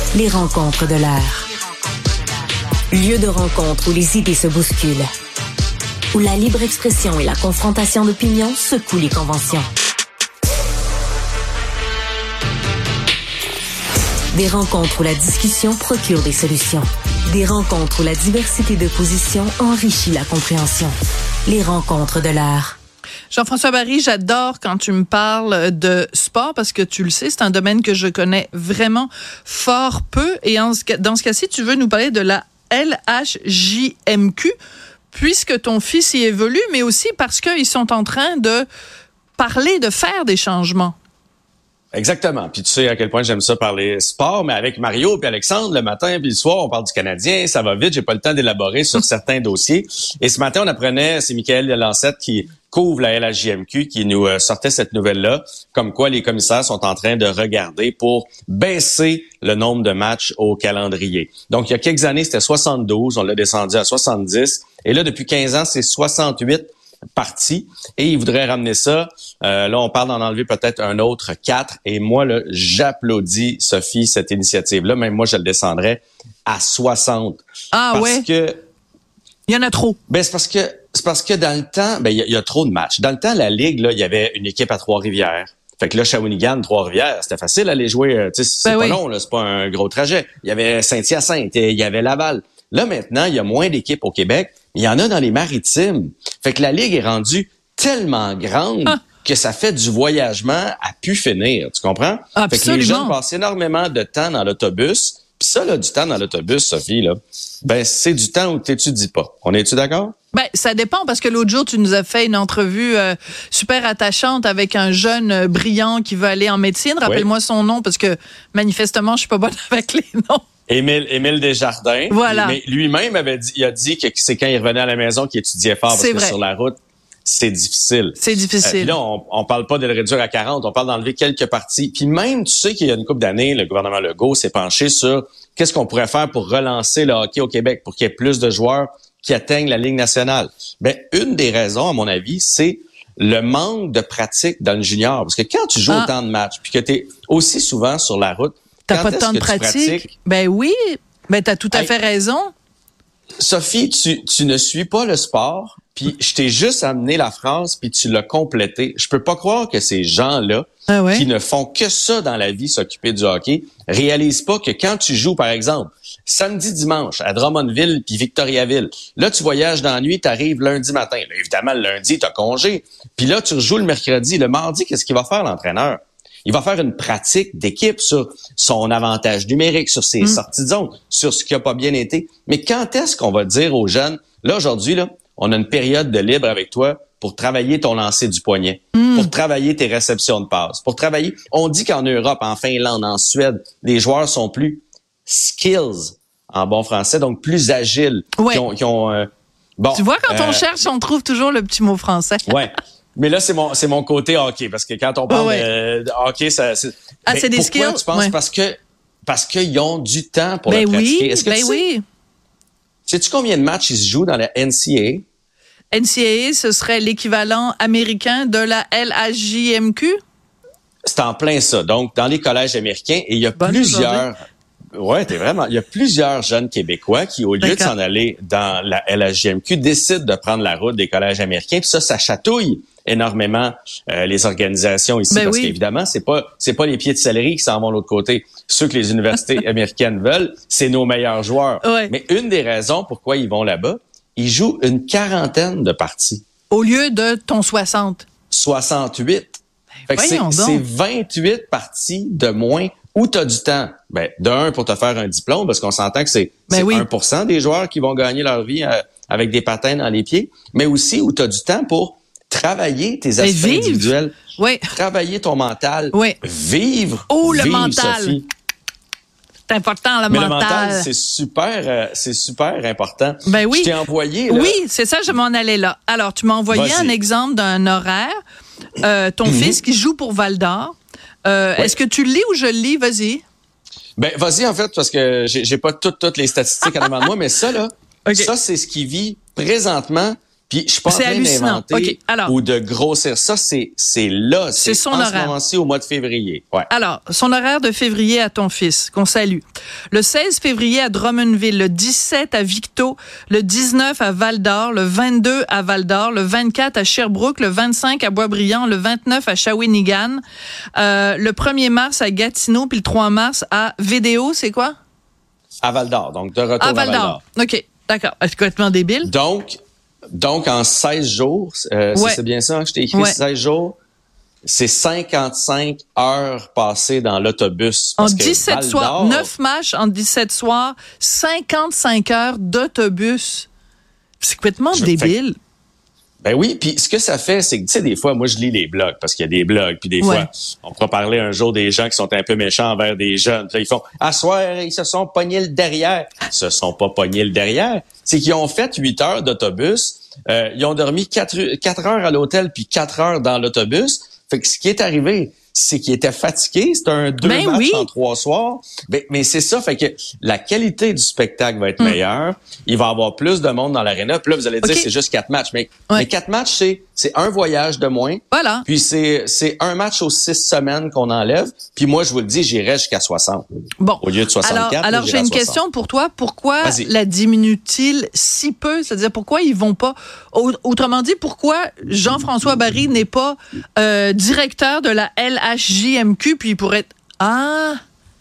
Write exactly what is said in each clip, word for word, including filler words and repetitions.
Les rencontres de l'heure. Lieu de rencontre où les idées se bousculent. Où la libre expression et la confrontation d'opinions secouent les conventions. Des rencontres où la discussion procure des solutions. Des rencontres où la diversité de positions enrichit la compréhension. Les rencontres de l'heure. Jean-François Barry, j'adore quand tu me parles de sport parce que tu le sais, c'est un domaine que je connais vraiment fort peu. Et en ce, dans ce cas-ci, tu veux nous parler de la L H J M Q puisque ton fils y évolue, mais aussi parce qu'ils sont en train de parler, de faire des changements. Exactement. Puis tu sais à quel point j'aime ça parler sport, mais avec Mario puis Alexandre, le matin puis le soir, on parle du Canadien, ça va vite, j'ai pas le temps d'élaborer sur certains dossiers. Et ce matin, on apprenait, c'est Michael Lancette qui couvre la L H J M Q qui nous sortait cette nouvelle-là, comme quoi les commissaires sont en train de regarder pour baisser le nombre de matchs au calendrier. Donc, il y a quelques années, c'était soixante-douze, on l'a descendu à soixante-dix, et là, depuis quinze ans, c'est soixante-huit parties, et ils voudraient ramener ça. Euh, là, on parle d'en enlever peut-être un autre quatre, et moi, là, j'applaudis, Sophie, cette initiative-là. Même moi, je le descendrais à soixante. Ah parce ouais? que il y en a trop. Ben c'est parce que c'est parce que dans le temps, ben il y, y a trop de matchs. Dans le temps, la ligue là, il y avait une équipe à Trois-Rivières. Fait que là, Shawinigan, Trois-Rivières, c'était facile d'aller jouer. Tu sais, c'est ben pas oui. long, là, c'est pas un gros trajet. Il y avait Saint-Hyacinthe, il y avait Laval. Là maintenant, il y a moins d'équipes au Québec, mais il y en a dans les Maritimes. Fait que la ligue est rendue tellement grande ah. que ça fait du voyagement à pu finir. Tu comprends? Absolument. Fait que les jeunes passent énormément de temps dans l'autobus. Puis ça, là, du temps dans l'autobus, Sophie, là, ben c'est du temps où t'étudies pas. On est-tu d'accord? Ben, ça dépend, parce que l'autre jour, tu nous as fait une entrevue euh, super attachante avec un jeune euh, brillant qui veut aller en médecine. Rappelle-moi oui. son nom, parce que manifestement, je suis pas bonne avec les noms. Émile, Émile Desjardins. Voilà. Mais lui-même avait dit, il a dit que c'est quand il revenait à la maison qu'il étudiait fort, parce c'est que vrai. sur la route, c'est difficile. C'est difficile. Euh, là, on, on parle pas de le réduire à quarante, on parle d'enlever quelques parties. Puis même, tu sais qu'il y a une couple d'années, le gouvernement Legault s'est penché sur qu'est-ce qu'on pourrait faire pour relancer le hockey au Québec, pour qu'il y ait plus de joueurs qui atteignent la Ligue nationale. Ben, une des raisons, à mon avis, c'est le manque de pratique dans le junior. Parce que quand tu joues ah. autant de matchs, puis que tu es aussi souvent sur la route, t'as pas de temps de pratique? Ben oui, ben t'as tout à hey, fait raison. Sophie, tu, tu ne suis pas le sport, puis je t'ai juste amené la phrase, puis tu l'as complétée. Je peux pas croire que ces gens-là, ah ouais? qui ne font que ça dans la vie, s'occuper du hockey, réalisent pas que quand tu joues, par exemple, samedi, dimanche, à Drummondville puis Victoriaville, là, tu voyages dans la nuit, t'arrives lundi matin. Là, évidemment, le lundi, t'as congé. Puis là, tu rejoues le mercredi. Le mardi, qu'est-ce qu'il va faire, l'entraîneur? Il va faire une pratique d'équipe sur son avantage numérique, sur ses mmh. sorties de zone, sur ce qui a pas bien été. Mais quand est-ce qu'on va dire aux jeunes, là, aujourd'hui, là, on a une période de libre avec toi pour travailler ton lancer du poignet, mmh. pour travailler tes réceptions de passes, pour travailler... On dit qu'en Europe, en Finlande, en Suède, les joueurs sont plus skills, en bon français, donc plus agiles. Ouais. Qui ont, qui ont, euh, bon, tu vois, quand euh, on cherche, on trouve toujours le petit mot français. Ouais. Mais là, c'est mon, c'est mon côté hockey, parce que quand on parle ouais. de, de hockey, ça, c'est... Ah, c'est des skills? Pourquoi tu penses? Ouais. Parce que, parce qu'ils ont du temps pour ben le pratiquer. Oui, Est-ce que ben tu sais, oui. sais-tu combien de matchs ils se jouent dans la N C A A? N C A A, ce serait l'équivalent américain de la L H J M Q? C'est en plein ça. Donc, dans les collèges américains, et il y a Bonne plusieurs... Ouais, t'es vraiment... Il y a plusieurs jeunes Québécois qui, au lieu D'accord. de s'en aller dans la L H J M Q, décident de prendre la route des collèges américains. Puis ça, ça chatouille énormément euh, les organisations ici, ben parce oui. qu'évidemment, c'est pas c'est pas les pieds de céleri qui s'en vont de l'autre côté. Ceux que les universités américaines veulent, c'est nos meilleurs joueurs. Ouais. Mais une des raisons pourquoi ils vont là-bas, ils jouent une quarantaine de parties. Au lieu de ton soixante. soixante-huit. Ben, fait que c'est, c'est vingt-huit parties de moins où tu as du temps. Ben, d'un, pour te faire un diplôme, parce qu'on s'entend que c'est, ben c'est oui. un pour cent des joueurs qui vont gagner leur vie euh, avec des patins dans les pieds, mais aussi où tu as du temps pour travailler tes aspects vivre. individuels, oui. travailler ton mental, oui. vivre. Oh, le vivre, mental. Sophie. C'est important, le mais mental. Le mental, c'est super, euh, c'est super important. Ben oui. Je t'ai envoyé, là. Oui, c'est ça, je m'en allais là. Alors, tu m'as envoyé Vas-y. un exemple d'un horaire. Euh, ton mm-hmm. fils qui joue pour Val-d'Or. Euh, oui. Est-ce que tu le lis ou je le lis? Vas-y. Ben, vas-y, en fait, parce que j'ai, j'ai pas toutes, toutes les statistiques en avant de moi, mais ça, là, okay. ça, c'est ce qui vit présentement Puis je suis pas en C'est train hallucinant. d'inventer OK, alors. ou de grossir. Ça, c'est c'est là. C'est son en horaire. ce moment-ci, au mois de février. Ouais. Alors, son horaire de février à ton fils, qu'on salue. Le seize février à Drummondville, le dix-sept à Victo, le dix-neuf à Val-d'Or, le vingt-deux à Val-d'Or, le vingt-quatre à Sherbrooke, le vingt-cinq à Boisbriand, le vingt-neuf à Shawinigan, euh, le premier mars à Gatineau, puis le trois mars à Vidéo, c'est quoi? À Val-d'Or, donc de retour À à Val-d'or. Val-d'Or. OK, d'accord. C'est complètement débile. Donc, donc en seize jours, euh, Ouais. c'est bien ça que je t'ai écrit, Ouais. seize jours, c'est cinquante-cinq heures passées dans l'autobus. En Parce que dix-sept soirs, Val-d'Or- neuf matchs en dix-sept soirs, cinquante-cinq heures d'autobus. C'est complètement Je- débile. Ben oui, puis ce que ça fait, c'est que, tu sais, des fois, moi, je lis les blogs, parce qu'il y a des blogs, puis des Ouais. fois, on pourra parler un jour des gens qui sont un peu méchants envers des jeunes. Puis là, ils font « À soir, ils se sont pognés le derrière. » Ils se sont pas pognés le derrière. C'est qu'ils ont fait huit heures d'autobus, euh, ils ont dormi quatre heures à l'hôtel, puis quatre heures dans l'autobus. Fait que ce qui est arrivé, c'est qu'ils étaient fatigués. C'était un deux Ben matchs oui. en trois soirs. Ben, mais c'est ça, fait que la qualité du spectacle va être meilleure. Il va y avoir plus de monde dans l'aréna. Puis là, vous allez dire, OK. c'est juste quatre matchs. Mais, Ouais. mais quatre matchs, c'est, c'est un voyage de moins. Voilà. Puis c'est, c'est un match aux six semaines qu'on enlève. Puis moi, je vous le dis, j'irai jusqu'à soixante. Bon. Au lieu de soixante-quatre, Alors, alors là, j'ai j'irai à une soixante. question pour toi. Pourquoi Vas-y. la diminue-t-il si peu? C'est-à-dire, pourquoi ils vont pas... Au- Autrement dit, pourquoi Jean-François Barry n'est pas euh, directeur de la L H J M Q, puis il pourrait être... Ah!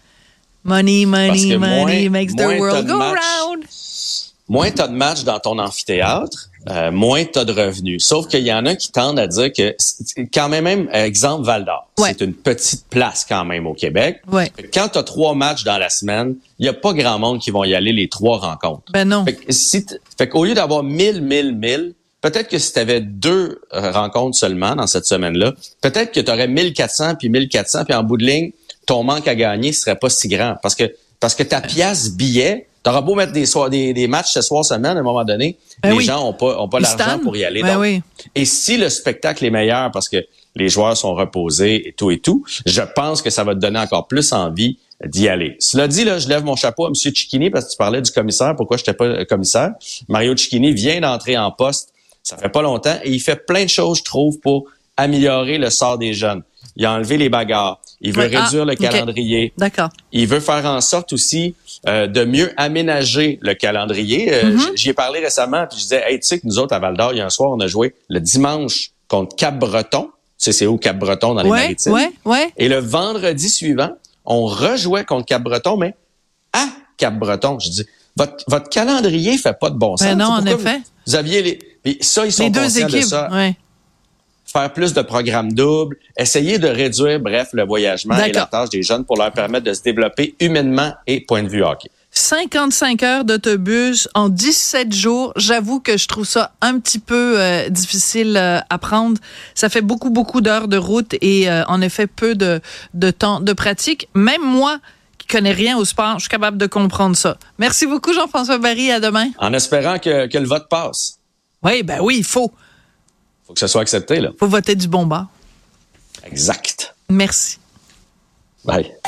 Money, Parce money, que money moins- makes the moins t'as world de go matchs. round. Moins t'as de matchs dans ton amphithéâtre, euh, moins t'as de revenus. Sauf qu'il y en a qui tendent à dire que, c'est- quand même, même exemple Val-d'Or, Ouais. c'est une petite place quand même au Québec. Ouais. Quand t'as trois matchs dans la semaine, il y a pas grand monde qui vont y aller les trois rencontres. Ben non. Fait que si t- fait qu'au lieu d'avoir mille, mille, mille, peut-être que si tu avais deux euh, rencontres seulement dans cette semaine-là, peut-être que tu aurais mille quatre cents puis mille quatre cents, puis en bout de ligne, ton manque à gagner serait pas si grand. Parce que parce que ta pièce billet, t'auras beau mettre des, soirs, des, des matchs ce soir semaine, à un moment donné, Ben les oui. gens ont pas, ont pas Ils l'argent stannent. pour y aller. Ben Donc, oui. et si le spectacle est meilleur parce que les joueurs sont reposés et tout et tout, je pense que ça va te donner encore plus envie d'y aller. Cela dit, là, je lève mon chapeau à M. Cicchini parce que tu parlais du commissaire. Pourquoi je n'étais pas euh, commissaire? Mario Cicchini vient d'entrer en poste. Ça fait pas longtemps et il fait plein de choses, je trouve, pour améliorer le sort des jeunes. Il a enlevé les bagarres. Il veut Ouais, ah, réduire le OK. calendrier. D'accord. Il veut faire en sorte aussi euh, de mieux aménager le calendrier. Euh, Mm-hmm. j- J'y ai parlé récemment, puis je disais, hey, tu sais que nous autres, à Val-d'Or, il y a un soir, on a joué le dimanche contre Cap-Breton. Tu sais, c'est où Cap-Breton dans les Ouais, Maritimes? ouais, ouais. Et le vendredi suivant, on rejouait contre Cap-Breton, mais à Cap-Breton. Je dis, votre, votre calendrier fait pas de bon sens. Ben non, C'est en pourquoi effet. Vous, vous aviez les... Puis ça, ils sont Les deux conscients de équipes. ça. Ouais. Faire plus de programmes doubles, essayer de réduire, bref, le voyagement et la D'accord. tâche des jeunes pour leur permettre de se développer humainement et point de vue hockey. cinquante-cinq heures d'autobus en dix-sept jours. J'avoue que je trouve ça un petit peu euh, difficile euh, à prendre. Ça fait beaucoup, beaucoup d'heures de route et euh, en effet peu de, de temps de pratique. Même moi, qui connais rien au sport, je suis capable de comprendre ça. Merci beaucoup, Jean-François Barry. À demain. En espérant que, que le vote passe. Oui, ben oui, il faut. Faut que ce soit accepté, là. faut voter du bon bord. Exact. Merci. Bye.